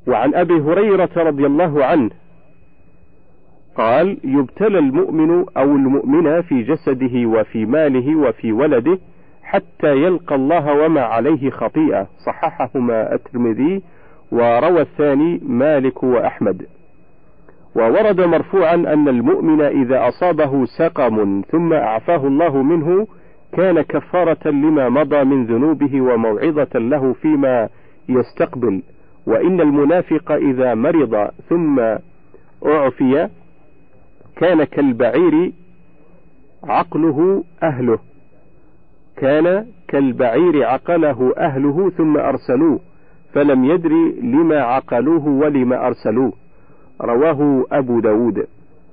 وعن أبي هريرة رضي الله عنه قال: يبتلى المؤمن أو المؤمنة في جسده وفي ماله وفي ولده حتى يلقى الله وما عليه خطيئة. صححهما الترمذي، وروى الثاني مالك وأحمد. وورد مرفوعا أن المؤمن إذا أصابه سقم ثم أعفاه الله منه كان كفارة لما مضى من ذنوبه وموعظة له فيما يستقبل. وإن المنافق إذا مرض ثم أعفي كان كالبعير عقله أهله أهله ثم أرسلوه فلم يدري لما عقلوه ولما أرسلوه. رواه أبو داود.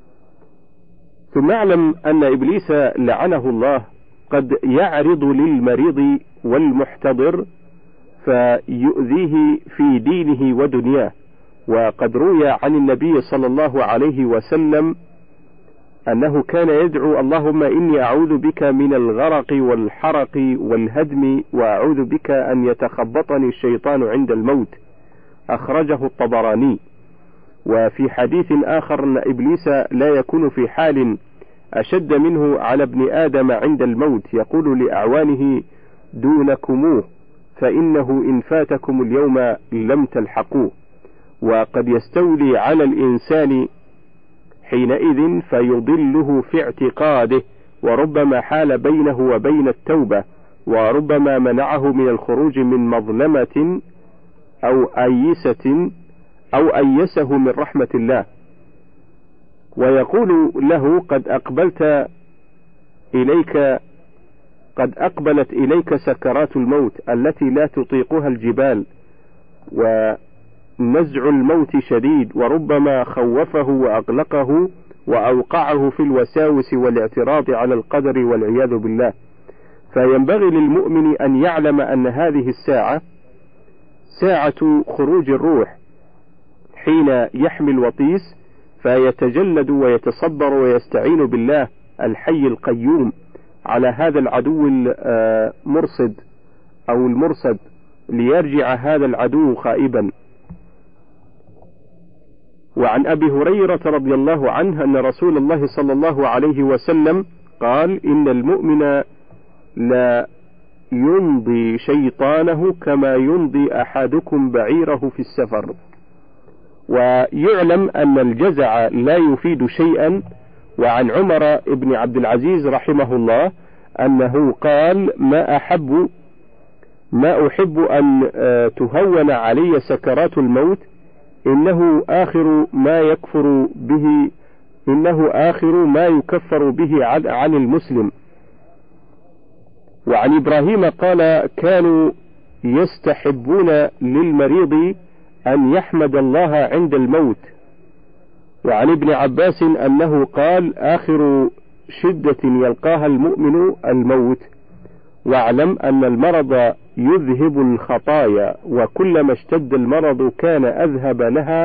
ثم اعلم أن إبليس لعنه الله قد يعرض للمريض والمحتضر فيؤذيه في دينه ودنياه. وقد روي عن النبي صلى الله عليه وسلم أنه كان يدعو: اللهم إني أعوذ بك من الغرق والحرق والهدم، وأعوذ بك أن يتخبطني الشيطان عند الموت. أخرجه الطبراني. وفي حديث آخر أن إبليس لا يكون في حال أشد منه على ابن آدم عند الموت، يقول لأعوانه: دونكموه فإنه إن فاتكم اليوم لم تلحقوه. وقد يستولي على الإنسان حينئذ فيضله في اعتقاده، وربما حال بينه وبين التوبة، وربما منعه من الخروج من مظلمة أو أيسه من رحمة الله، ويقول له: قد أقبلت إليك سكرات الموت التي لا تطيقها الجبال، ونزع الموت شديد. وربما خوفه وأقلقه وأوقعه في الوساوس والاعتراض على القدر والعياذ بالله. فينبغي للمؤمن أن يعلم أن هذه الساعة ساعة خروج الروح حين يحمي الوطيس، فيتجلد ويتصبر ويستعين بالله الحي القيوم على هذا العدو المرصد ليرجع هذا العدو خائبا. وعن أبي هريرة رضي الله عنه أن رسول الله صلى الله عليه وسلم قال: إن المؤمن لا يمضي شيطانه كما يمضي أحدكم بعيره في السفر. ويعلم أن الجزع لا يفيد شيئا. وعن عمر بن عبد العزيز رحمه الله أنه قال: ما أحب أن تهون علي سكرات الموت، إنه آخر ما يكفر به عن المسلم. وعن إبراهيم قال: كانوا يستحبون للمريض أن يحمد الله عند الموت. وعن ابن عباس أنه قال: آخر شدة يلقاها المؤمن الموت. واعلم أن المرض يذهب الخطايا، وكلما اشتد المرض كان أذهب لها.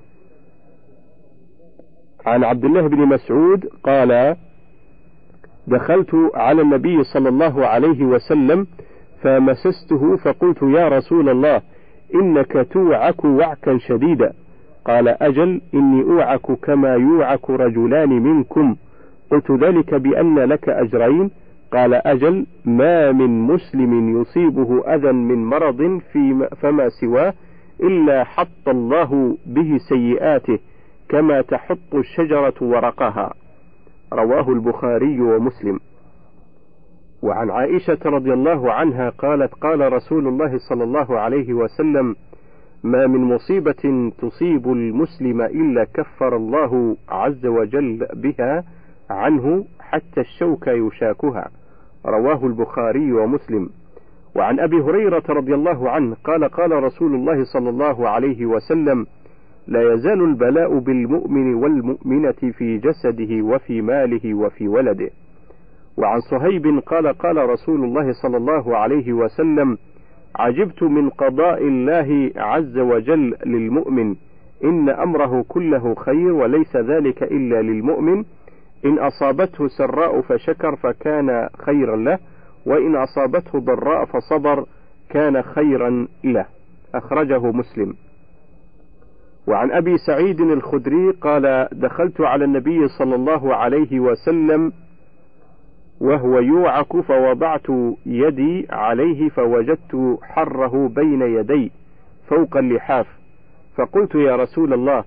عن عبد الله بن مسعود قال: دخلت على النبي صلى الله عليه وسلم فمسسته فقلت: يا رسول الله، إنك توعك وعكا شديدا. قال: أجل، إني أوعك كما يوعك رجلان منكم. قلت: ذلك بأن لك أجرين؟ قال: أجل، ما من مسلم يصيبه أذى من مرض فما سواه إلا حط الله به سيئاته كما تحط الشجرة ورقها. رواه البخاري ومسلم. وعن عائشة رضي الله عنها قالت: قال رسول الله صلى الله عليه وسلم: ما من مصيبة تصيب المسلم إلا كفر الله عز وجل بها عنه حتى الشوك يشاكها. رواه البخاري ومسلم. وعن أبي هريرة رضي الله عنه قال: قال رسول الله صلى الله عليه وسلم: لا يزال البلاء بالمؤمن والمؤمنة في جسده وفي ماله وفي ولده. وعن صهيب قال: قال رسول الله صلى الله عليه وسلم: عجبت من قضاء الله عز وجل للمؤمن، إن أمره كله خير، وليس ذلك إلا للمؤمن، إن أصابته سراء فشكر فكان خيرا له، وإن أصابته ضراء فصبر كان خيرا له. أخرجه مسلم. وعن أبي سعيد الخدري قال: دخلت على النبي صلى الله عليه وسلم وهو يوعك فوضعت يدي عليه فوجدت حره بين يدي فوق اللحاف، فقلت: يا رسول الله،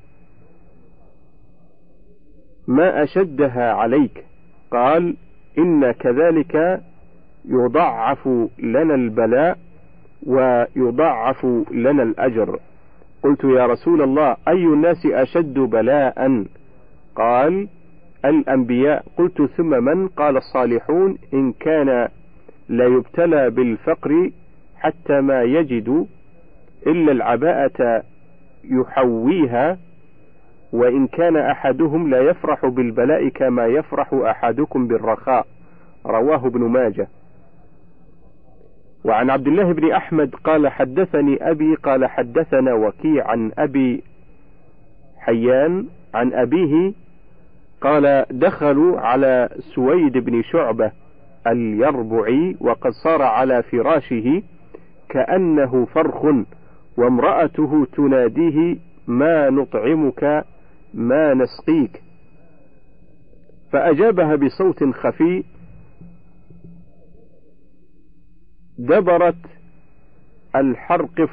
ما أشدها عليك؟ قال: إن كذلك يضعف لنا البلاء ويضعف لنا الأجر. قلت: يا رسول الله، أي الناس أشد بلاء؟ قال: الأنبياء. قلت: ثم من؟ قال: الصالحون، إن كان لا يبتلى بالفقر حتى ما يجد إلا العباءة يحويها، وإن كان أحدهم لا يفرح بالبلاء كما يفرح أحدكم بالرخاء. رواه ابن ماجه. وعن عبد الله بن أحمد قال: حدثني أبي قال: حدثنا وكيع عن أبي حيان عن أبيه قال: دخلوا على سويد بن شعبة اليربعي وقد صار على فراشه كأنه فرخ، وامرأته تناديه: ما نطعمك ما نسقيك؟ فأجابها بصوت خفي: دبرت الحرقف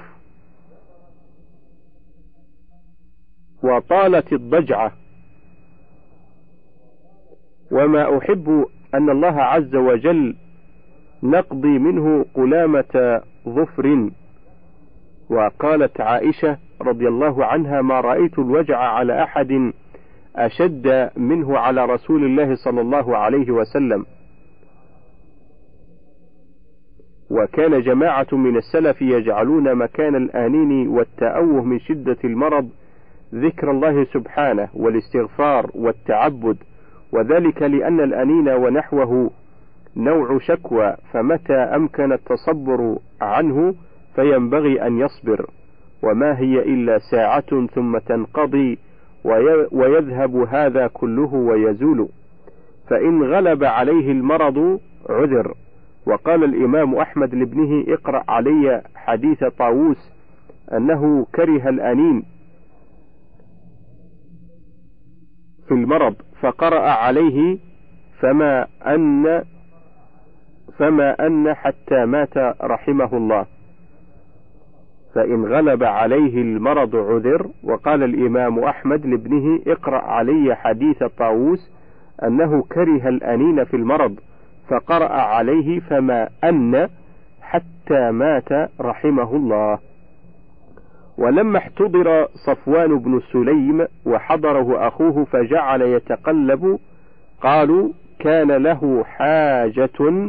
وطالت الضجعة، وما أحب أن الله عز وجل نقضي منه قلامة ظفر. وقالت عائشة رضي الله عنها: ما رأيت الوجع على أحد أشد منه على رسول الله صلى الله عليه وسلم. وكان جماعة من السلف يجعلون مكان الآنين والتأوه من شدة المرض ذكر الله سبحانه والاستغفار والتعبد، وذلك لأن الأنين ونحوه نوع شكوى، فمتى أمكن التصبر عنه فينبغي أن يصبر، وما هي إلا ساعة ثم تنقضي ويذهب هذا كله ويزول، فإن غلب عليه المرض عذر. وقال الإمام أحمد لابنه: اقرأ علي حديث طاووس أنه كره الأنين في المرض فقرأ عليه فما أن حتى مات رحمه الله، فإن غلب عليه المرض عذر. وقال الإمام أحمد لابنه: اقرأ علي حديث طاووس أنه كره الأنين في المرض فقرأ عليه فما أن حتى مات رحمه الله. ولما احتضر صفوان بن سليم وحضره أخوه فجعل يتقلب، قالوا: كان له حاجة؟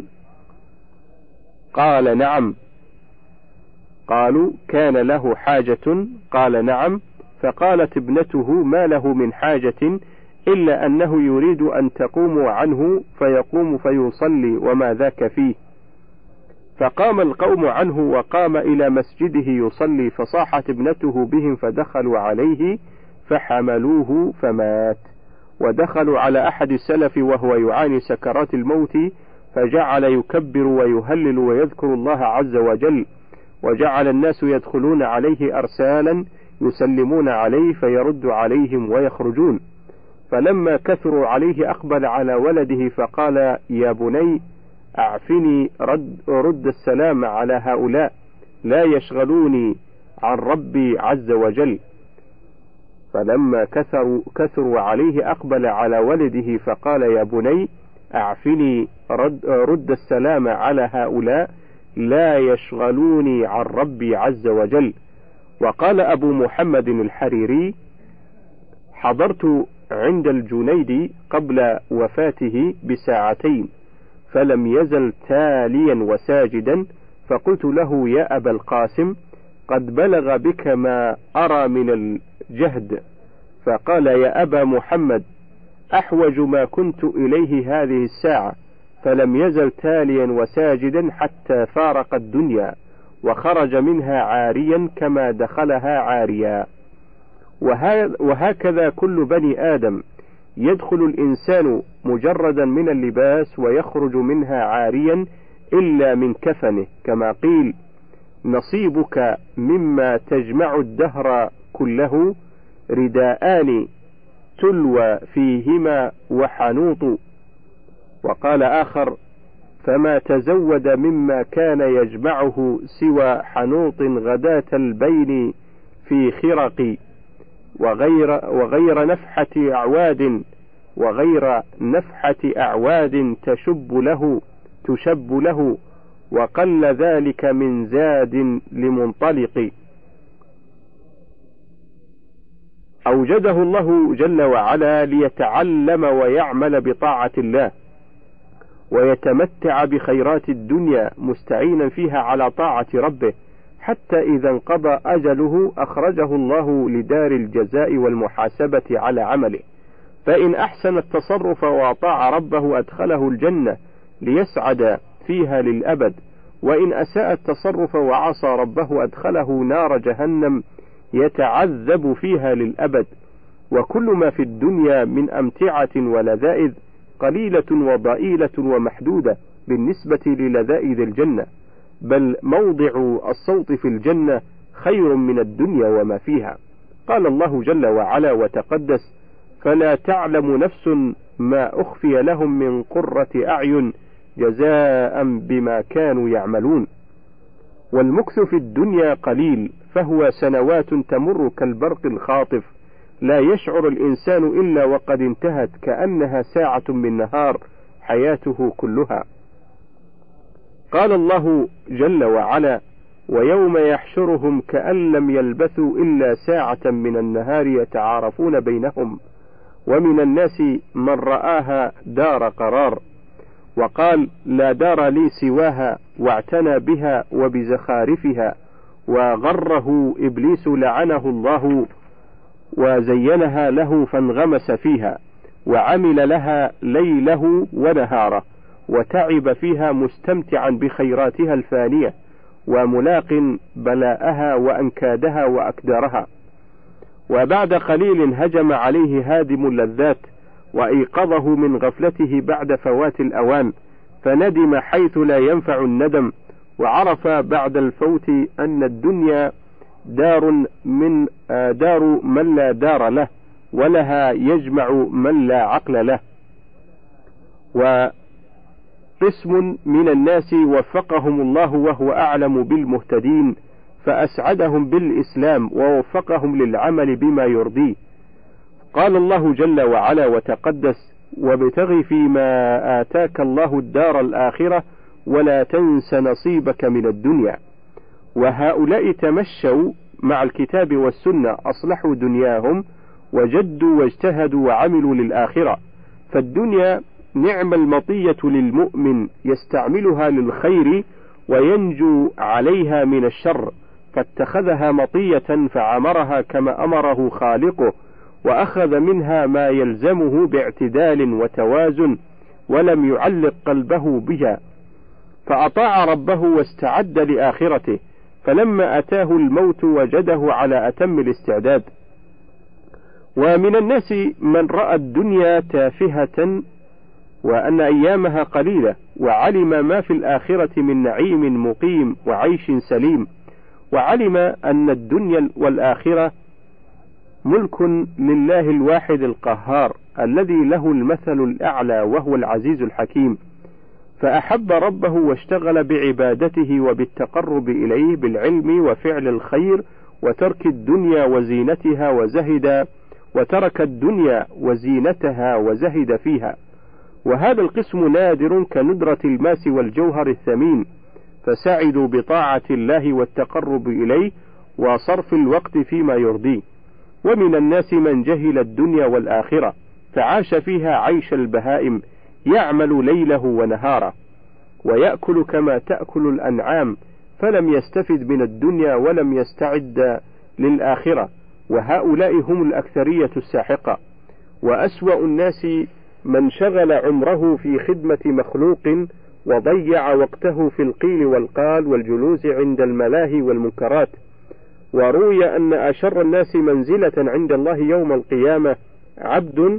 قال: نعم. قالوا: كان له حاجة؟ قال: نعم. فقالت ابنته: ما له من حاجة إلا أنه يريد أن تقوموا عنه، فيقوم فيصلي وما ذاك فيه. فقام القوم عنه وقام إلى مسجده يصلي، فصاحت ابنته بهم فدخلوا عليه فحملوه فمات. ودخلوا على أحد السلف وهو يعاني سكرات الموت فجعل يكبر ويهلل ويذكر الله عز وجل، وجعل الناس يدخلون عليه أرسالا يسلمون عليه فيرد عليهم ويخرجون. فلما كثروا عليه أقبل على ولده فقال: يا بني أعفني، رد السلام على هؤلاء، لا يشغلوني عن ربي عز وجل. فلما كثروا عليه أقبل على ولده فقال: يا بني أعفني، رد السلام على هؤلاء، لا يشغلوني عن ربي عز وجل. وقال أبو محمد الحريري: حضرت عند الجنيد قبل وفاته بساعتين فلم يزل تاليا وساجدا، فقلت له: يا أبا القاسم، قد بلغ بك ما أرى من الجهد. فقال: يا أبا محمد، أحوج ما كنت إليه هذه الساعة، فلم يزل تاليا وساجدا حتى فارق الدنيا وخرج منها عاريا كما دخلها عاريا. وهكذا كل بني آدم، يدخل الإنسان مجردا من اللباس ويخرج منها عاريا إلا من كفنه، كما قيل: نصيبك مما تجمع الدهر كله رداءان تلوى فيهما وحنوط. وقال آخر: فما تزود مما كان يجمعه سوى حنوط غداة البين في خرق، وغير نفحة أعواد تشب له، وقل ذلك من زاد لمنطلق. أوجده الله جل وعلا ليتعلم ويعمل بطاعة الله، ويتمتع بخيرات الدنيا مستعينا فيها على طاعة ربه، حتى إذا انقضى أجله أخرجه الله لدار الجزاء والمحاسبة على عمله. فإن أحسن التصرف وأطاع ربه أدخله الجنة ليسعد فيها للأبد، وإن أساء التصرف وعصى ربه أدخله نار جهنم يتعذب فيها للأبد. وكل ما في الدنيا من أمتعة ولذائذ قليلة وضئيلة ومحدودة بالنسبة للذائذ الجنة، بل موضع الصوت في الجنة خير من الدنيا وما فيها. قال الله جل وعلا وتقدس: فلا تعلم نفس ما أخفي لهم من قرة أعين جزاء بما كانوا يعملون. والمكث في الدنيا قليل، فهو سنوات تمر كالبرق الخاطف، لا يشعر الإنسان إلا وقد انتهت، كأنها ساعة من نهار حياته كلها. قال الله جل وعلا: ويوم يحشرهم كأن لم يلبثوا إلا ساعة من النهار يتعارفون بينهم، ومن الناس من رآها دار قرار، وقال: لا دار لي سواها، واعتنى بها وبزخارفها، وغره إبليس لعنه الله وزينها له فانغمس فيها، وعمل لها ليله ونهاره، وتعب فيها مستمتعا بخيراتها الفانية، وملاق بلاءها وأنكادها وأكدارها. وبعد قليل هجم عليه هادم اللذات وأيقظه من غفلته بعد فوات الأوان، فندم حيث لا ينفع الندم، وعرف بعد الفوت أن الدنيا دار من لا دار له، ولها يجمع من لا عقل له. وقسم من الناس وفقهم الله وهو أعلم بالمهتدين، فأسعدهم بالإسلام ووفقهم للعمل بما يرضيه. قال الله جل وعلا وتقدس: وابتغ فيما آتاك الله الدار الآخرة ولا تنس نصيبك من الدنيا. وهؤلاء تمشوا مع الكتاب والسنة، أصلحوا دنياهم وجدوا واجتهدوا وعملوا للآخرة. فالدنيا نعم المطية للمؤمن، يستعملها للخير وينجو عليها من الشر، فاتخذها مطية فعمرها كما أمره خالقه، وأخذ منها ما يلزمه باعتدال وتوازن، ولم يعلق قلبه بها، فأطاع ربه واستعد لآخرته، فلما أتاه الموت وجده على أتم الاستعداد. ومن الناس من رأى الدنيا تافهة وأن أيامها قليلة، وعلم ما في الآخرة من نعيم مقيم وعيش سليم، وعلم أن الدنيا والآخرة ملك لله الواحد القهار الذي له المثل الأعلى وهو العزيز الحكيم، فأحب ربه واشتغل بعبادته وبالتقرب إليه بالعلم وفعل الخير وترك الدنيا وزينتها وترك الدنيا وزينتها وزهد فيها. وهذا القسم نادر كندرة الماس والجوهر الثمين، فسعدوا بطاعة الله والتقرب إليه وصرف الوقت فيما يرضيه. ومن الناس من جهل الدنيا والآخرة فعاش فيها عيش البهائم، يعمل ليله ونهاره، ويأكل كما تأكل الأنعام، فلم يستفد من الدنيا ولم يستعد للآخرة. وهؤلاء هم الأكثرية الساحقة. وأسوأ الناس من شغل عمره في خدمة مخلوق، وضيع وقته في القيل والقال والجلوس عند الملاهي والمنكرات. وروي أن أشر الناس منزلة عند الله يوم القيامة عبد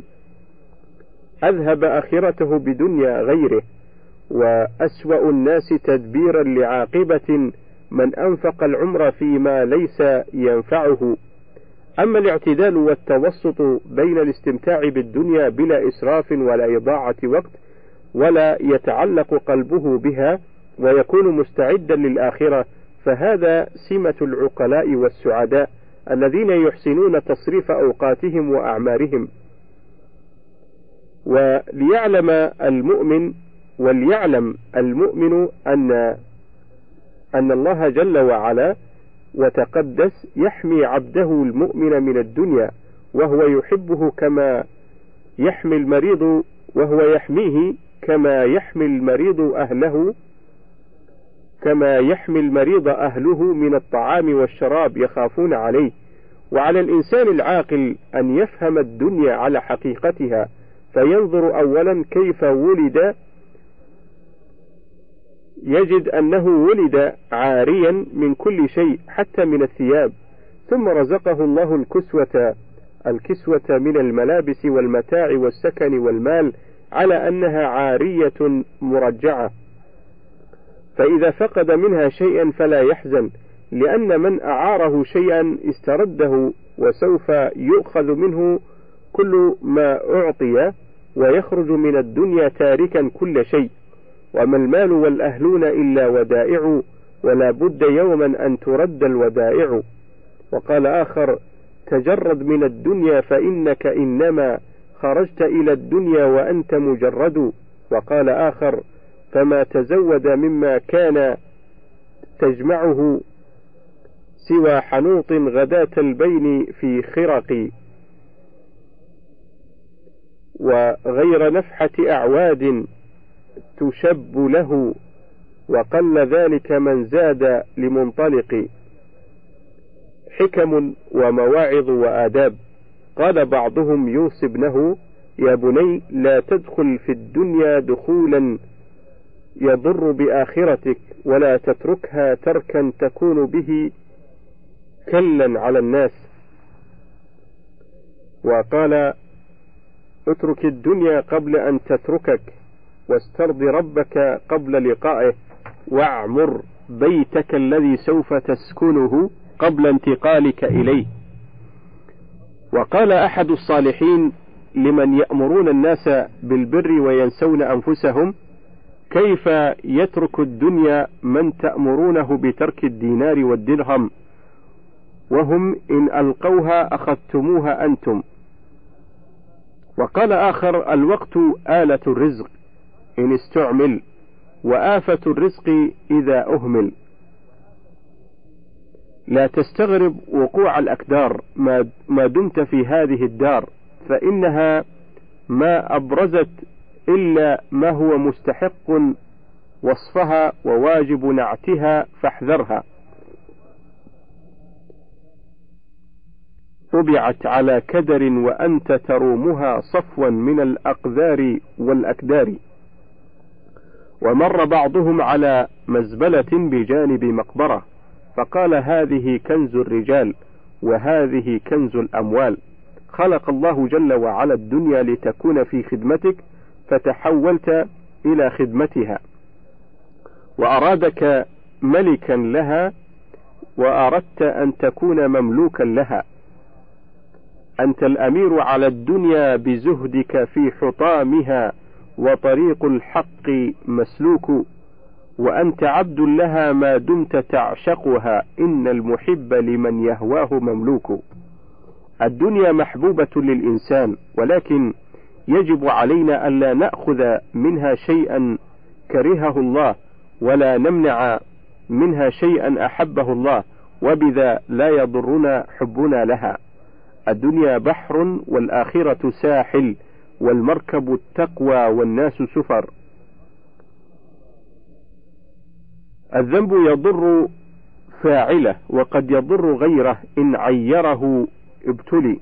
أذهب آخرته بدنيا غيره. وأسوأ الناس تدبيرا لعاقبة من أنفق العمر فيما ليس ينفعه، أما الاعتدال والتوسط بين الاستمتاع بالدنيا بلا إسراف ولا إضاعة وقت، ولا يتعلق قلبه بها ويكون مستعدا للآخرة، فهذا سمة العقلاء والسعداء الذين يحسنون تصريف أوقاتهم وأعمارهم. وليعلم المؤمن أن الله جل وعلا وتقدس يحمي عبده المؤمن من الدنيا، وهو يحبه كما يحمي المريض، وهو يحميه كما يحمي المريض أهله من الطعام والشراب يخافون عليه. وعلى الإنسان العاقل أن يفهم الدنيا على حقيقتها، فينظر أولا كيف ولد، يجد أنه ولد عاريا من كل شيء حتى من الثياب، ثم رزقه الله الكسوة من الملابس والمتاع والسكن والمال على أنها عارية مرجعة، فإذا فقد منها شيئا فلا يحزن، لأن من أعاره شيئا استرده، وسوف يؤخذ منه كل ما أعطي ويخرج من الدنيا تاركا كل شيء. وما المال والأهلون إلا ودائع، ولا بد يوما أن ترد الودائع. وقال آخر: تجرد من الدنيا فإنك إنما خرجت إلى الدنيا وأنت مجرد. وقال آخر: فما تزود مما كان تجمعه سوى حنوط غداة البين في خرق، وغير نفحة أعواد تشب له، وقل ذلك من زاد لمنطلق. حكم ومواعظ وآداب. قال بعضهم يوصي ابنه: يا بني لا تدخل في الدنيا دخولا يضر بآخرتك، ولا تتركها تركا تكون به كلا على الناس. وقال: اترك الدنيا قبل أن تتركك، واسترض ربك قبل لقائه، واعمر بيتك الذي سوف تسكنه قبل انتقالك إليه. وقال أحد الصالحين لمن يأمرون الناس بالبر وينسون أنفسهم: كيف يترك الدنيا من تأمرونه بترك الدينار والدرهم، وهم إن ألقوها أخذتموها أنتم. وقال آخر: الوقت آلة الرزق إن استعمل، وآفة الرزق إذا أهمل. لا تستغرب وقوع الأكدار ما دمت في هذه الدار، فإنها ما أبرزت إلا ما هو مستحق وصفها وواجب نعتها، فاحذرها. طبعت على كدر وأنت ترومها صفوا من الأقذار والأكدار. ومر بعضهم على مزبلة بجانب مقبرة، فقال: هذه كنز الرجال، وهذه كنز الأموال. خلق الله جل وعلا الدنيا لتكون في خدمتك، فتحولت إلى خدمتها، وأرادك ملكا لها، وأردت أن تكون مملوكا لها. أنت الأمير على الدنيا بزهدك في حطامها، وطريق الحق مسلوك، وأنت عبد لها ما دمت تعشقها، إن المحب لمن يهواه مملوك. الدنيا محبوبة للإنسان، ولكن يجب علينا ألا نأخذ منها شيئا كرهه الله، ولا نمنع منها شيئا أحبه الله، وبذا لا يضرنا حبنا لها. الدنيا بحر، والآخرة ساحل، والمركب التقوى، والناس سفر. الذنب يضر فاعله، وقد يضر غيره إن عيره ابتلي،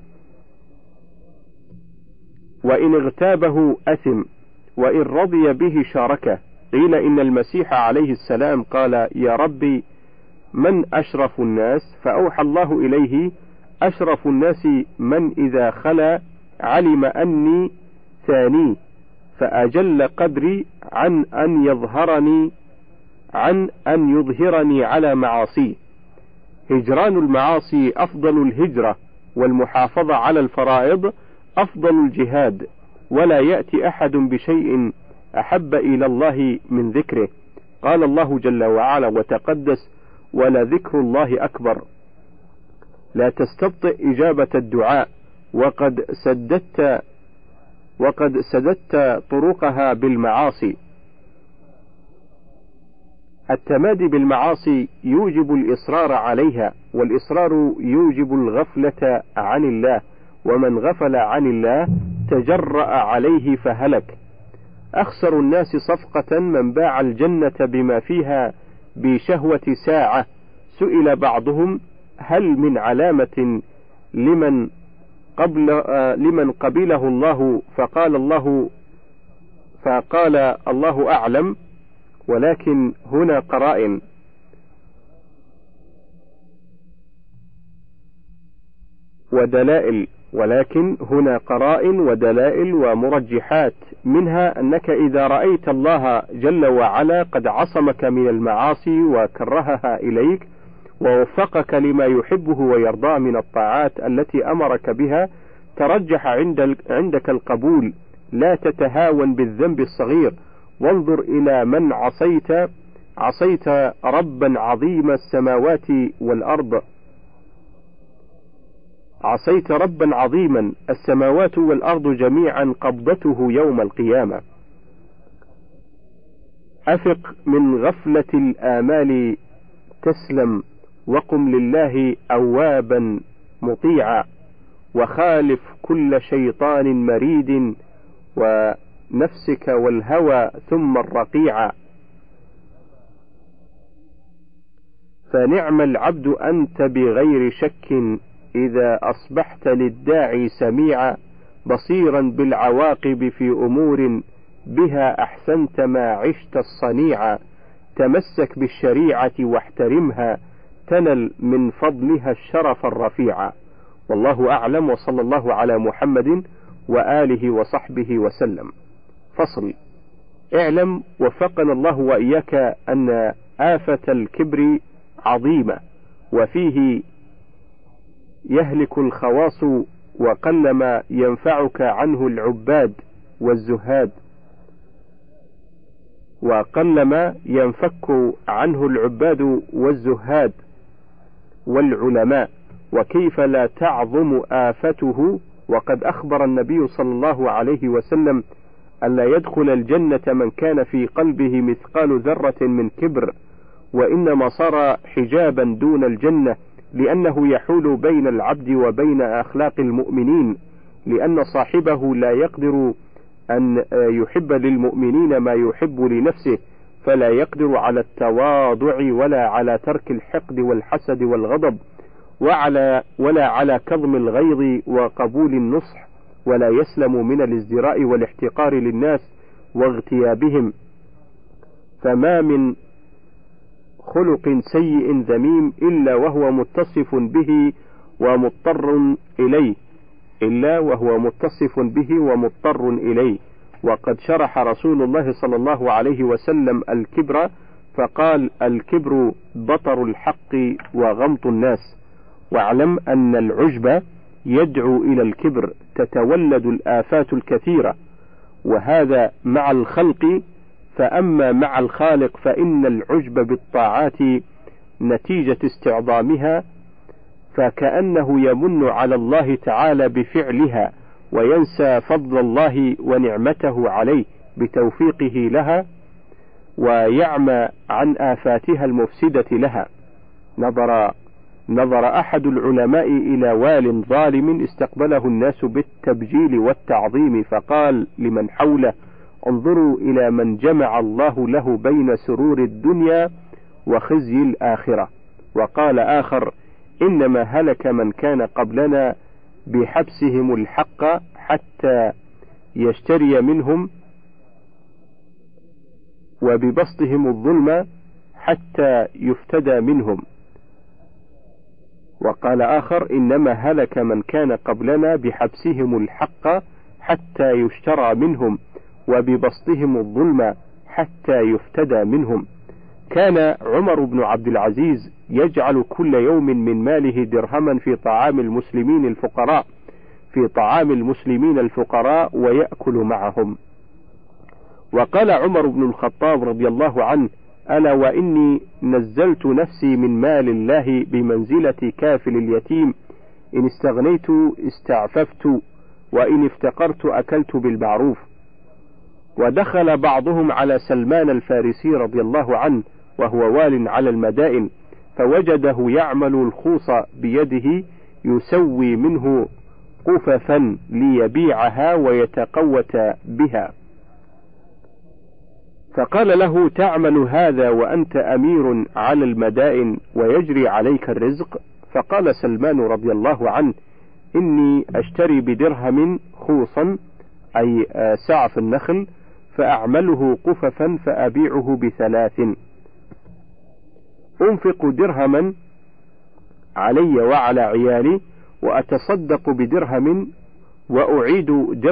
وإن اغتابه أثم، وإن رضي به شاركه. قيل إن المسيح عليه السلام قال: يا ربي من أشرف الناس؟ فأوحى الله إليه: أشرف الناس من إذا خلا علم أني ثاني، فأجل قدري عن أن يظهرني على معاصي. هجران المعاصي أفضل الهجرة، والمحافظة على الفرائض أفضل الجهاد، ولا يأتي أحد بشيء أحب إلى الله من ذكره. قال الله جل وعلا وتقدس: ولذكر الله أكبر. لا تستبطئ إجابة الدعاء وقد سددت طرقها بالمعاصي. التمادي بالمعاصي يوجب الإصرار عليها، والإصرار يوجب الغفلة عن الله، ومن غفل عن الله تجرأ عليه فهلك. أخسر الناس صفقة من باع الجنة بما فيها بشهوة ساعة. سئل بعضهم: هل من علامة لمن قبله الله؟ فقال الله أعلم، ولكن هنا قرائن. ودلائل ومرجحات، منها أنك إذا رأيت الله جل وعلا قد عصمك من المعاصي وكرهها إليك ووفقك لما يحبه ويرضاه من الطاعات التي أمرك بها، ترجح عندك القبول. لا تتهاون بالذنب الصغير، وانظر إلى من عصيت ربا عظيم السماوات والأرض. عصيت ربا عظيما السماوات والأرض جميعا قبضته يوم القيامة. أفق من غفلة الآمال تسلم، وقم لله أوابا مطيعا، وخالف كل شيطان مريد، ونفسك والهوى ثم الرقيع. فنعم العبد أنت بغير شك، إذا أصبحت للداعي سميعا، بصيرا بالعواقب في أمور بها أحسنت ما عشت الصنيعا. تمسك بالشريعة واحترمها، تنل من فضلها الشرف الرفيع. والله أعلم، وصلى الله على محمد وآله وصحبه وسلم. فصل. اعلم وفقنا الله وإياك أن آفة الكبر عظيمة، وفيه يهلك الخواص، وقلما ينفعك عنه العباد والزهاد، وقلما ينفك عنه العباد والزهاد والعلماء، وكيف لا تعظم آفته. وقد أخبر النبي صلى الله عليه وسلم أن لا يدخل الجنة من كان في قلبه مثقال ذرة من كبر، وإنما صار حجابا دون الجنة، لأنه يحول بين العبد وبين أخلاق المؤمنين، لأن صاحبه لا يقدر أن يحب للمؤمنين ما يحب لنفسه، فلا يقدر على التواضع ولا على ترك الحقد والحسد والغضب، ولا على كظم الغيظ وقبول النصح، ولا يسلم من الازدراء والاحتقار للناس واغتيابهم. فما من خلق سيء ذميم إلا وهو متصف به ومضطر إليه. وقد شرح رسول الله صلى الله عليه وسلم الكبر فقال: الكبر بطر الحق وغمط الناس. واعلم أن العجب يدعو إلى الكبر، تتولد الآفات الكثيرة، وهذا مع الخلق. فأما مع الخالق فإن العجب بالطاعات نتيجة استعظامها، فكأنه يمن على الله تعالى بفعلها، وينسى فضل الله ونعمته عليه بتوفيقه لها، ويعمى عن آفاتها المفسدة لها. نظر أحد العلماء إلى وال ظالم استقبله الناس بالتبجيل والتعظيم، فقال لمن حوله: انظروا إلى من جمع الله له بين سرور الدنيا وخزي الآخرة. وقال آخر: إنما هلك من كان قبلنا بحبسهم الحق حتى يشتري منهم، وببسطهم الظلم حتى يفتدى منهم. وقال آخر: إنما هلك من كان قبلنا بحبسهم الحق حتى يشترى منهم، وببسطهم الظلم حتى يفتدى منهم. كان عمر بن عبد العزيز يجعل كل يوم من ماله درهما في طعام المسلمين الفقراء ويأكل معهم. وقال عمر بن الخطاب رضي الله عنه: ألا وإني نزلت نفسي من مال الله بمنزلة كافل اليتيم، إن استغنيت استعففت، وإن افتقرت أكلت بالمعروف. ودخل بعضهم على سلمان الفارسي رضي الله عنه وهو وال على المدائن، فوجده يعمل الخوص بيده يسوي منه قففا ليبيعها ويتقوت بها، فقال له: تعمل هذا وأنت أمير على المدائن ويجري عليك الرزق؟ فقال سلمان رضي الله عنه: إني أشتري بدرهم خوصا، أي سعف النخل، فأعمله قففا فأبيعه ب3، أنفق درهما علي وعلى عيالي، وأتصدق بدرهم وأعيد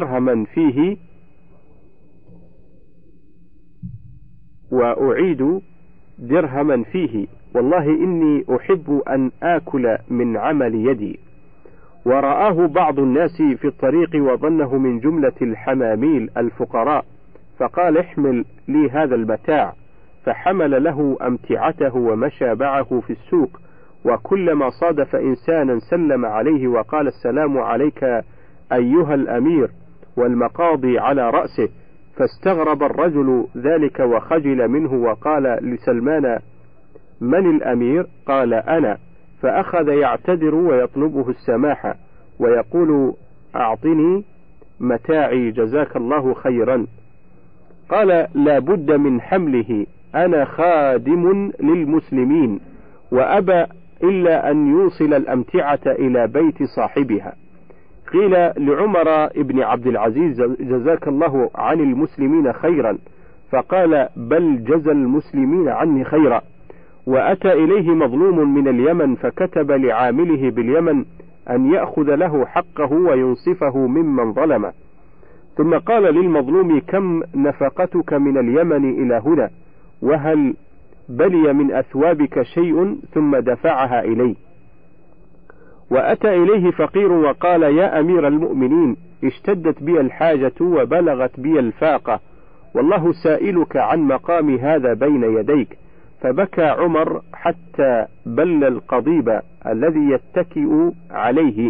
درهما فيه، والله إني أحب أن آكل من عمل يدي. ورآه بعض الناس في الطريق وظنه من جملة الحماميل الفقراء، فقال: احمل لي هذا المتاع، فحمل له أمتعته ومشى معه في السوق، وكلما صادف إنسانا سلم عليه وقال: السلام عليك أيها الأمير، والمقاضي على رأسه، فاستغرب الرجل ذلك وخجل منه، وقال لسلمان: من الأمير؟ قال: أنا. فأخذ يعتذر ويطلبه السماحة ويقول: أعطني متاعي جزاك الله خيرا. قال: لا بد من حمله، أنا خادم للمسلمين، وأبى إلا أن يوصل الأمتعة إلى بيت صاحبها. قيل لعمر بن عبد العزيز: جزاك الله عن المسلمين خيرا، فقال: بل جزى المسلمين عني خيرا. وأتى إليه مظلوم من اليمن، فكتب لعامله باليمن أن يأخذ له حقه وينصفه ممن ظلمه، ثم قال للمظلوم: كم نفقتك من اليمن إلى هنا، وهل بلي من أثوابك شيء؟ ثم دفعها إليه. وأتى إليه فقير وقال: يا أمير المؤمنين، اشتدت بي الحاجة وبلغت بي الفاقة، والله سائلك عن مقام هذا بين يديك. فبكى عمر حتى بل القضيب الذي يتكئ عليه،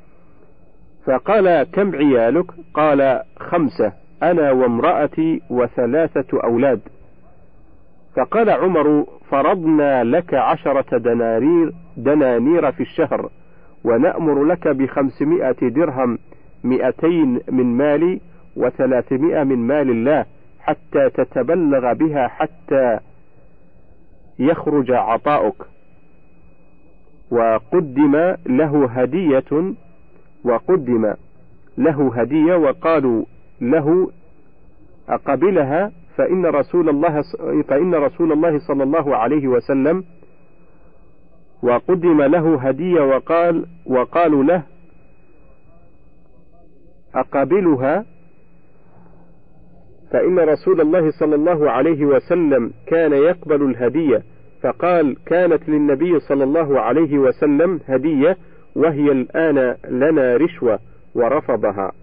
فقال: كم عيالك؟ قال: 5، أنا وامرأتي و3 أولاد. فقال عمر: فرضنا لك 10 دنانير في الشهر، ونأمر لك ب500 درهم، 200 من مالي و300 من مال الله، حتى تتبلغ بها حتى يخرج عطاؤك. وقدم له هدية وقالوا له: أقبلها، فإن رسول الله صلى الله عليه وسلم. وقدم له هدية وقالوا له: أقبلها، فإن رسول الله صلى الله عليه وسلم كان يقبل الهدية. فقال: كانت للنبي صلى الله عليه وسلم هدية، وهي الآن لنا رشوة، ورفضها.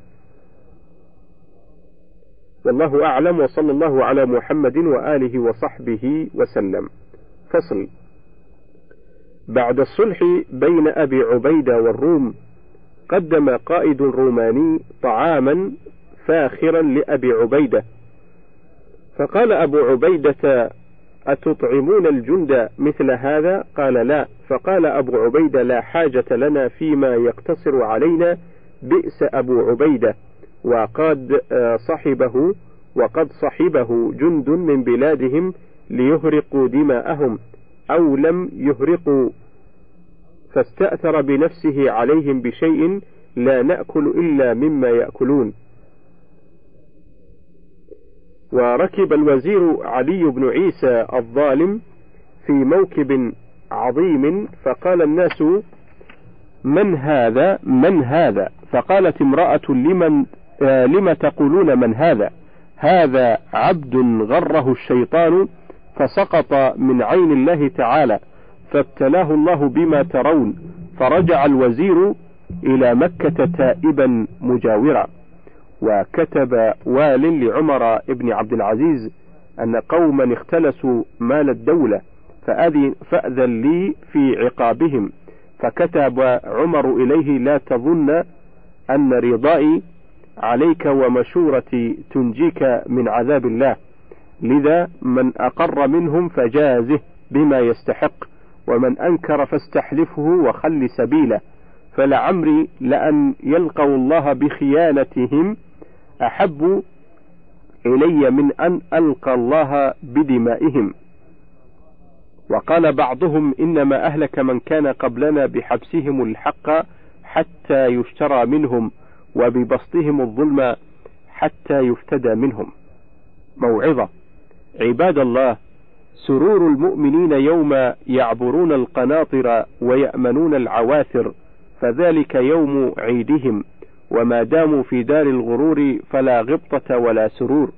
والله أعلم، وصلى الله على محمد وآله وصحبه وسلم. فصل. بعد الصلح بين أبي عبيدة والروم، قدم قائد روماني طعاما فاخرا لأبي عبيدة، فقال أبو عبيدة: أتطعمون الجند مثل هذا؟ قال: لا. فقال أبو عبيدة: لا حاجة لنا فيما يقتصر علينا، بئس أبو عبيدة، وقد صحبه جند من بلادهم ليهرقوا دماءهم، أو لم يهرقوا، فاستأثر بنفسه عليهم بشيء لا نأكل إلا مما يأكلون. وركب الوزير علي بن عيسى الظالم في موكب عظيم، فقال الناس: من هذا؟ فقالت امرأة: لم تقولون من هذا؟ هذا عبد غره الشيطان فسقط من عين الله تعالى، فابتلاه الله بما ترون، فرجع الوزير إلى مكة تائبا مجاورا. وكتب وال لعمر بن عبد العزيز أن قوما اختلسوا مال الدولة فأذن لي في عقابهم، فكتب عمر إليه: لا تظن أن رضائي عليك ومشورتي تنجيك من عذاب الله، لذا من أقر منهم فجازه بما يستحق، ومن أنكر فاستحلفه وخل سبيله، فلعمري لأن يلقوا الله بخيانتهم أحب إلي من أن ألقى الله بدمائهم. وقال بعضهم: إنما أهلك من كان قبلنا بحبسهم الحق حتى يشترى منهم، وببسطهم الظلم حتى يفتدى منهم. موعظة: عباد الله، سرور المؤمنين يوم يعبرون القناطر ويأمنون العواثر، فذلك يوم عيدهم، وما داموا في دار الغرور فلا غبطة ولا سرور.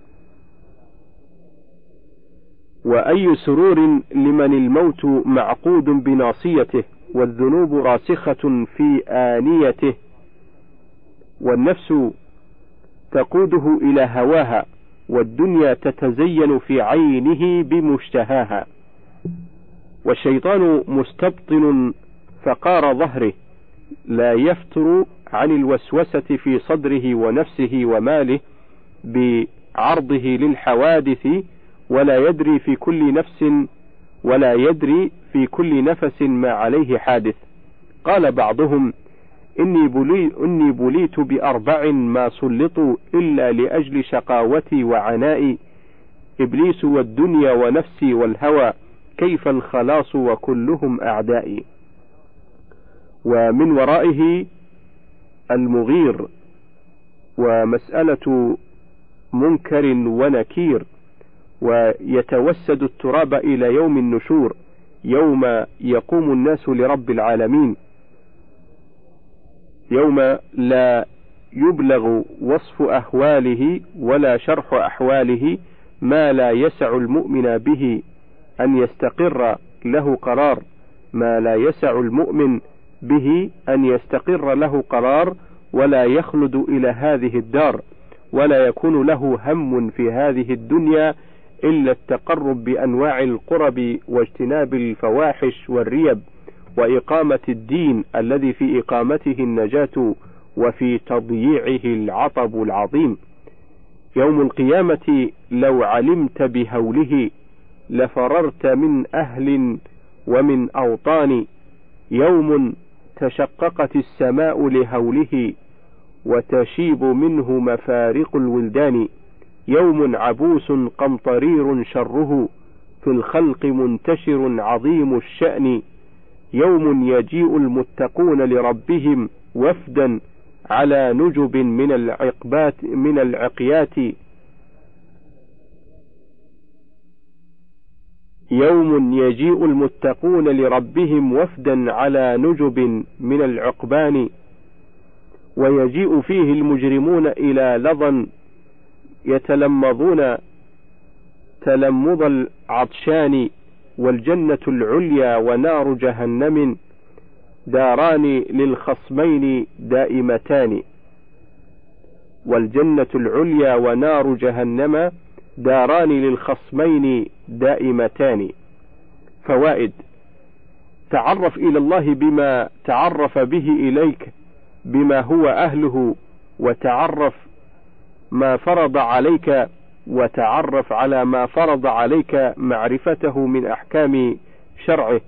وأي سرور لمن الموت معقود بناصيته، والذنوب راسخة في آنيته، والنفس تقوده إلى هواها، والدنيا تتزين في عينه بمشتهاها، والشيطان مستبطن فقار ظهره، لا يفتر عن الوسوسة في صدره ونفسه وماله بعرضه للحوادث، ولا يدري في كل نفس ما عليه حادث. قال بعضهم: إني بليت بأربع ما سلطوا إلا لأجل شقاوتي وعنائي، إبليس والدنيا ونفسي والهوى، كيف الخلاص وكلهم أعدائي. ومن ورائه المغير، ومسألة منكر ونكير، ويتوسد التراب إلى يوم النشور، يوم يقوم الناس لرب العالمين، يوم لا يبلغ وصف أهواله ولا شرح أحواله، ما لا يسع المؤمن به أن يستقر له قرار، ما لا يسع المؤمن به أن يستقر له قرار، ولا يخلد إلى هذه الدار، ولا يكون له هم في هذه الدنيا إلا التقرب بأنواع القرب واجتناب الفواحش والريب، وإقامة الدين الذي في إقامته النجاة وفي تضييعه العطب العظيم. يوم القيامة لو علمت بهوله لفررت من أهل ومن أوطان، يوم تشققت السماء لهوله وتشيب منه مفارق الولدان، يوم عبوس قمطرير شره في الخلق منتشر عظيم الشأن، يوم يجيء المتقون لربهم وفدا على نجب من العقيات، يوم يجيء المتقون لربهم وفدا على نجب من العقبان، ويجيء فيه المجرمون إلى لظى يتلمظون تلمظ العطشان، والجنة العليا ونار جهنم داران للخصمين دائمتان، والجنة العليا ونار جهنم داران للخصمين دائمتان. فوائد: تعرف إلى الله بما تعرف به إليك بما هو أهله، وتعرف ما فرض عليك، وتعرف على ما فرض عليك معرفته من أحكام شرعه.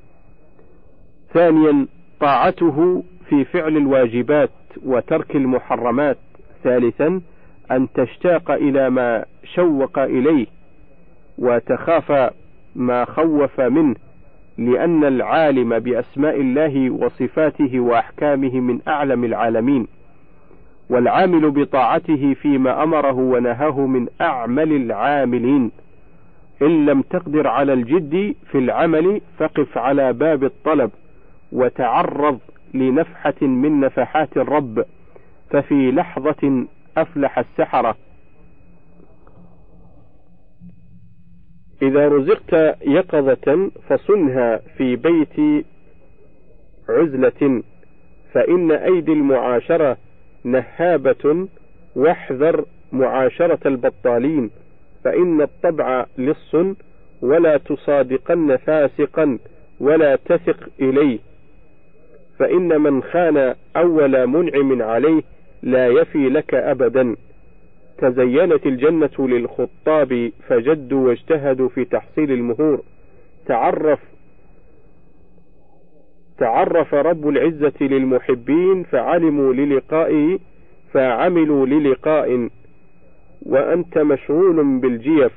ثانيا: طاعته في فعل الواجبات وترك المحرمات. ثالثا: أن تشتاق إلى ما شوق إليه، وتخاف ما خوف منه، لأن العالم بأسماء الله وصفاته وأحكامه من أعلم العالمين، والعامل بطاعته فيما أمره ونهاه من أعمل العاملين. إن لم تقدر على الجد في العمل فقف على باب الطلب، وتعرض لنفحة من نفحات الرب، ففي لحظة أفلح السحرة. إذا رزقت يقظة فصنها في بيت عزلة، فإن أيدي المعاشرة نهابة، واحذر معاشرة البطالين، فإن الطبع لص، ولا تصادقن فاسقا ولا تثق إليه، فإن من خان أول منعم عليه لا يفي لك أبدا. تزينت الجنة للخطاب فجدوا واجتهدوا في تحصيل المهور. تعرف رب العزة للمحبين فعلموا للقائه، فعملوا للقاء وأنت مشغول بالجيف،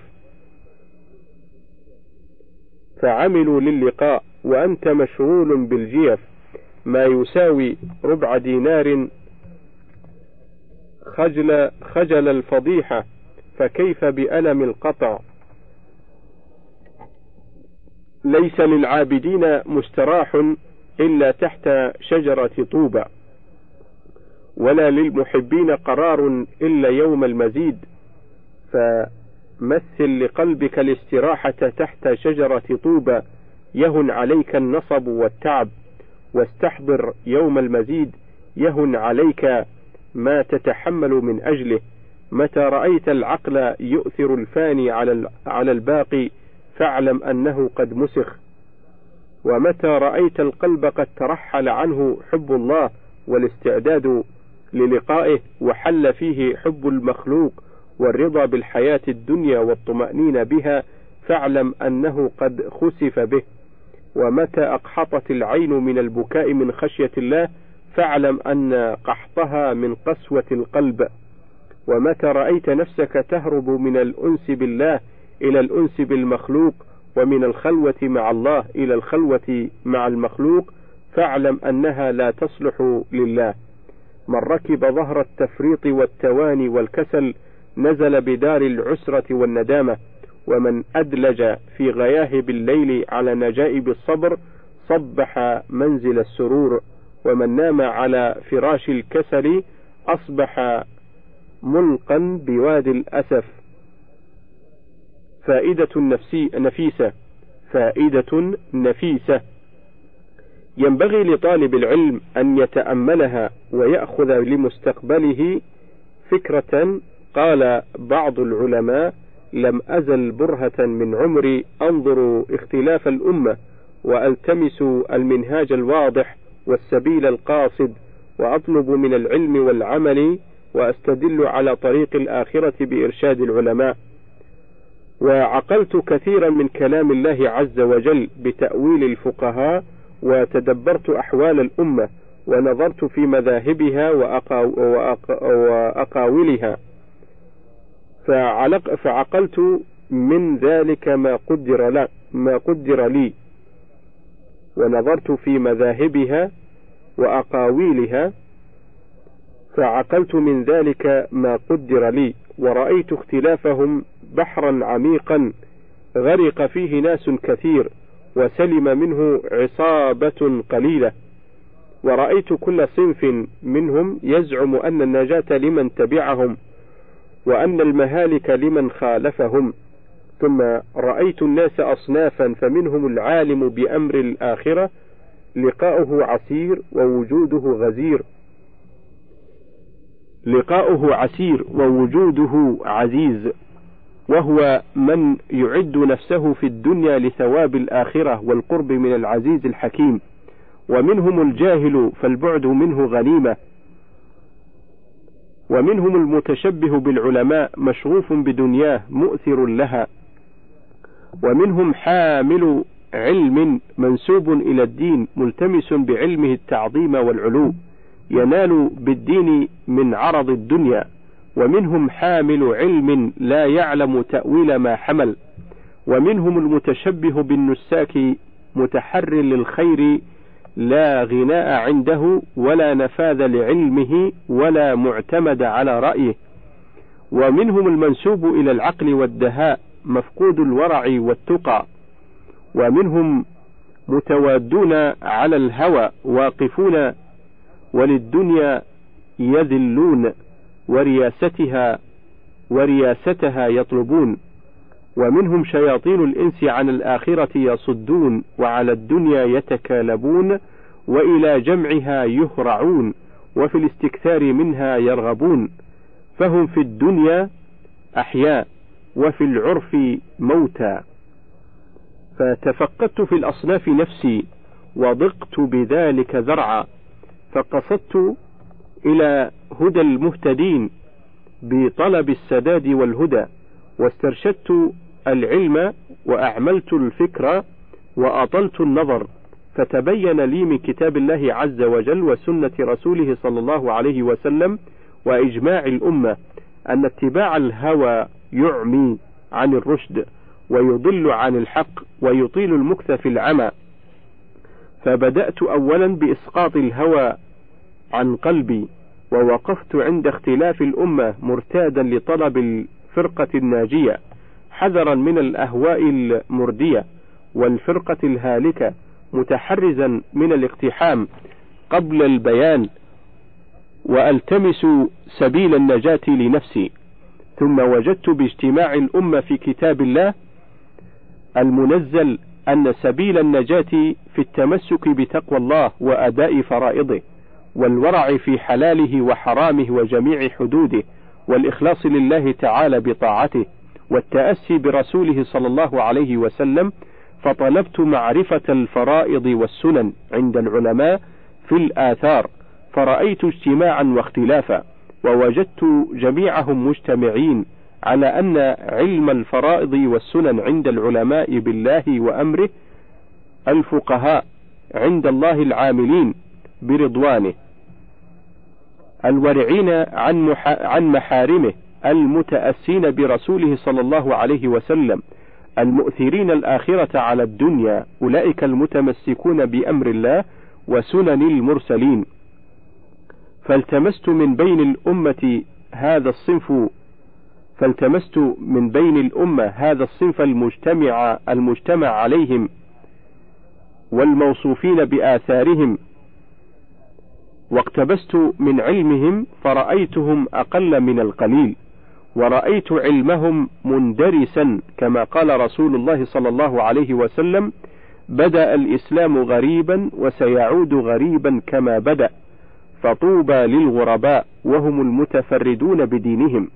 فعملوا للقاء وأنت مشغول بالجيف، ما يساوي ربع دينار خجل الفضيحة، فكيف بألم القطع. ليس للعابدين مستراح إلا تحت شجرة طوبى، ولا للمحبين قرار إلا يوم المزيد، فمثل لقلبك الاستراحة تحت شجرة طوبى، يهن عليك النصب والتعب، واستحضر يوم المزيد، يهن عليك ما تتحمل من أجله. متى رأيت العقل يؤثر الفاني على الباقي فاعلم أنه قد مسخ، ومتى رأيت القلب قد ترحل عنه حب الله والاستعداد للقائه، وحل فيه حب المخلوق والرضا بالحياة الدنيا والطمأنينة بها، فاعلم أنه قد خسف به. ومتى أقحطت العين من البكاء من خشية الله فاعلم أن قحطها من قسوة القلب. ومتى رأيت نفسك تهرب من الأنس بالله إلى الأنس بالمخلوق، ومن الخلوة مع الله إلى الخلوة مع المخلوق، فاعلم أنها لا تصلح لله. من ركب ظهر التفريط والتواني والكسل نزل بدار العسرة والندامة، ومن أدلج في غياهب الليل على نجائب الصبر صبح منزل السرور، ومن نام على فراش الكسل أصبح ملقا بوادي الأسف. فائدة نفيسة ينبغي لطالب العلم أن يتأملها ويأخذ لمستقبله فكرة. قال بعض العلماء: لم أزل برهة من عمري أنظر اختلاف الأمة، وألتمس المنهاج الواضح والسبيل القاصد، وأطلب من العلم والعمل، وأستدل على طريق الآخرة بإرشاد العلماء. وعقلت كثيرا من كلام الله عز وجل بتأويل الفقهاء، وتدبرت أحوال الأمة، ونظرت في مذاهبها وأقاولها، فعقلت من ذلك ما قدر لي، ونظرت في مذاهبها وأقاويلها، فعقلت من ذلك ما قدر لي، ورأيت اختلافهم بحرا عميقا غرق فيه ناس كثير، وسلم منه عصابة قليلة، ورأيت كل صنف منهم يزعم أن النجاة لمن تبعهم، وأن المهالك لمن خالفهم. ثم رأيت الناس أصنافا، فمنهم العالم بأمر الآخرة لقاؤه عسير ووجوده عزيز، وهو من يعد نفسه في الدنيا لثواب الآخرة والقرب من العزيز الحكيم. ومنهم الجاهل فالبعد منه غنيمة، ومنهم المتشبه بالعلماء مشغوف بدنياه مؤثر لها، ومنهم حامل علم منسوب إلى الدين ملتمس بعلمه التعظيم والعلو ينال بالدين من عرض الدنيا، ومنهم حامل علم لا يعلم تأويل ما حمل، ومنهم المتشبه بالنساك متحر للخير لا غناء عنده ولا نفاذ لعلمه ولا معتمد على رأيه، ومنهم المنسوب إلى العقل والدهاء مفقود الورع والتقى، ومنهم متوادون على الهوى واقفون وللدنيا يذلون ورياستها يطلبون، ومنهم شياطين الإنس عن الآخرة يصدون، وعلى الدنيا يتكالبون، وإلى جمعها يهرعون، وفي الاستكثار منها يرغبون، فهم في الدنيا أحياء، وفي العرف موتى. فتفقدت في الأصناف نفسي، وضقت بذلك ذرعا، فقصدت إلى هدى المهتدين بطلب السداد والهدى، واسترشدت العلم، وأعملت الفكر، وأطلت النظر، فتبين لي من كتاب الله عز وجل وسنة رسوله صلى الله عليه وسلم وإجماع الأمة أن اتباع الهوى يعمي عن الرشد، ويضل عن الحق، ويطيل المكث في العمى. فبدأت أولا بإسقاط الهوى عن قلبي، ووقفت عند اختلاف الأمة مرتادا لطلب الفرقة الناجية، حذرا من الأهواء المردية والفرقة الهالكة، متحرزا من الاقتحام قبل البيان، وألتمس سبيل النجاة لنفسي. ثم وجدت باجتماع الأمة في كتاب الله المنزل أن سبيل النجاة في التمسك بتقوى الله وأداء فرائضه، والورع في حلاله وحرامه وجميع حدوده، والإخلاص لله تعالى بطاعته، والتأسي برسوله صلى الله عليه وسلم. فطلبت معرفة الفرائض والسنن عند العلماء في الآثار، فرأيت اجتماعا واختلافا، ووجدت جميعهم مجتمعين على أن علم الفرائض والسنن عند العلماء بالله وأمره الفقهاء، عند الله العاملين برضوانه الورعين عن محارمه، المتأسين برسوله صلى الله عليه وسلم، المؤثرين الآخرة على الدنيا، أولئك المتمسكون بأمر الله وسنن المرسلين. فالتمست من بين الأمة هذا الصنف المجتمع عليهم والموصوفين بآثارهم، واقتبست من علمهم فرأيتهم أقل من القليل، ورأيت علمهم مندرسا، كما قال رسول الله صلى الله عليه وسلم: بدأ الإسلام غريبا وسيعود غريبا كما بدأ، فطوبى للغرباء وهم المتفردون بدينهم.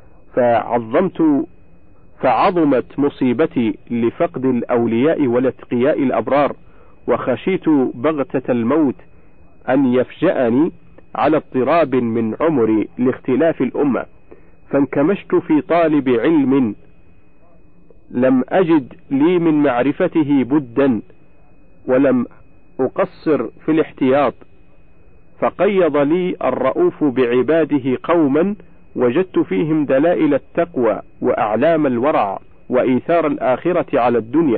فعظمت مصيبتي لفقد الأولياء والاتقياء الأبرار، وخشيت بغتة الموت أن يفجأني على اضطراب من عمري لاختلاف الأمة، فانكمشت في طالب علم لم أجد لي من معرفته بدا، ولم أقصر في الاحتياط، فقيض لي الرؤوف بعباده قوما وجدت فيهم دلائل التقوى وأعلام الورع وإيثار الآخرة على الدنيا،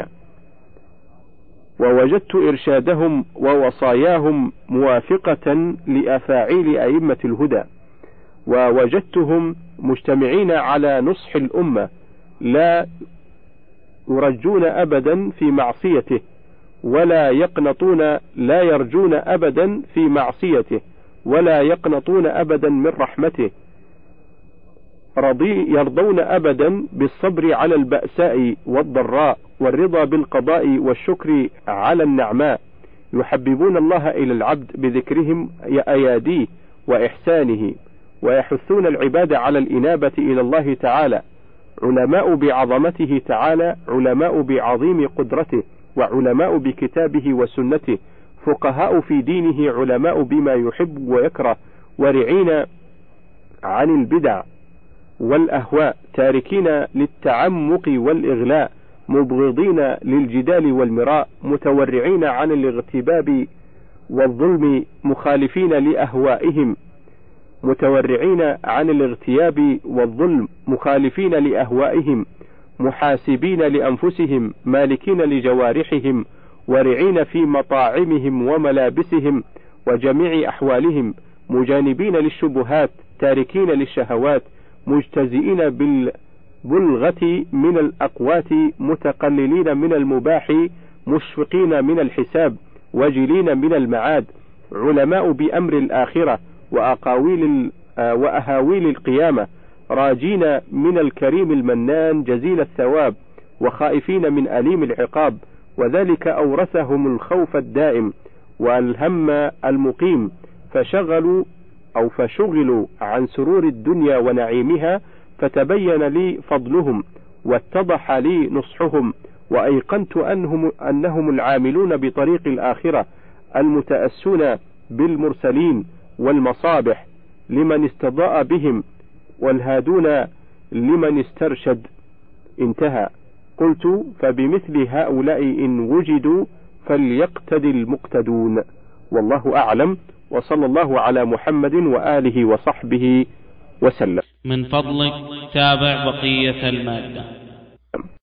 ووجدت إرشادهم ووصاياهم موافقة لأفاعيل أئمة الهدى، ووجدتهم مجتمعين على نصح الأمة، لا يرجون أبدا في معصيته، لا يرجون أبدا في معصيته، ولا يقنطون أبدا من رحمته، يرضون أبدا بالصبر على البأساء والضراء، والرضا بالقضاء والشكر على النعماء، يحببون الله إلى العبد بذكرهم أياديه وإحسانه، ويحثون العباد على الإنابة إلى الله تعالى، علماء بعظمته تعالى، علماء بعظيم قدرته، وعلماء بكتابه وسنته، فقهاء في دينه، علماء بما يحب ويكره، ورعين عن البدع والأهواء، تاركين للتعمق والإغلاء، مبغضين للجدال والمراء، متورعين عن الاغتباب والظلم، مخالفين لأهوائهم، متورعين عن الاغتياب والظلم، مخالفين لأهوائهم، محاسبين لأنفسهم، مالكين لجوارحهم، ورعين في مطاعمهم وملابسهم وجميع أحوالهم، مجانبين للشبهات، تاركين للشهوات، مجتزئين بالبلغة من الأقوات، متقللين من المباح، مشفقين من الحساب، وجلين من المعاد، علماء بأمر الآخرة وأهاويل القيامة، راجين من الكريم المنان جزيل الثواب، وخائفين من أليم العقاب، وذلك أورثهم الخوف الدائم والهم المقيم، فشغلوا عن سرور الدنيا ونعيمها، فتبين لي فضلهم واتضح لي نصحهم، وأيقنت أنهم العاملون بطريق الآخرة المتأسون بالمرسلين والمصابح لمن استضاء بهم، والهادون لمن استرشد. انتهى. قلت: فبمثل هؤلاء إن وجدوا فليقتدي المقتدون، والله أعلم، وصلى الله على محمد وآله وصحبه وسلم. من فضلك تابع بقية المادة.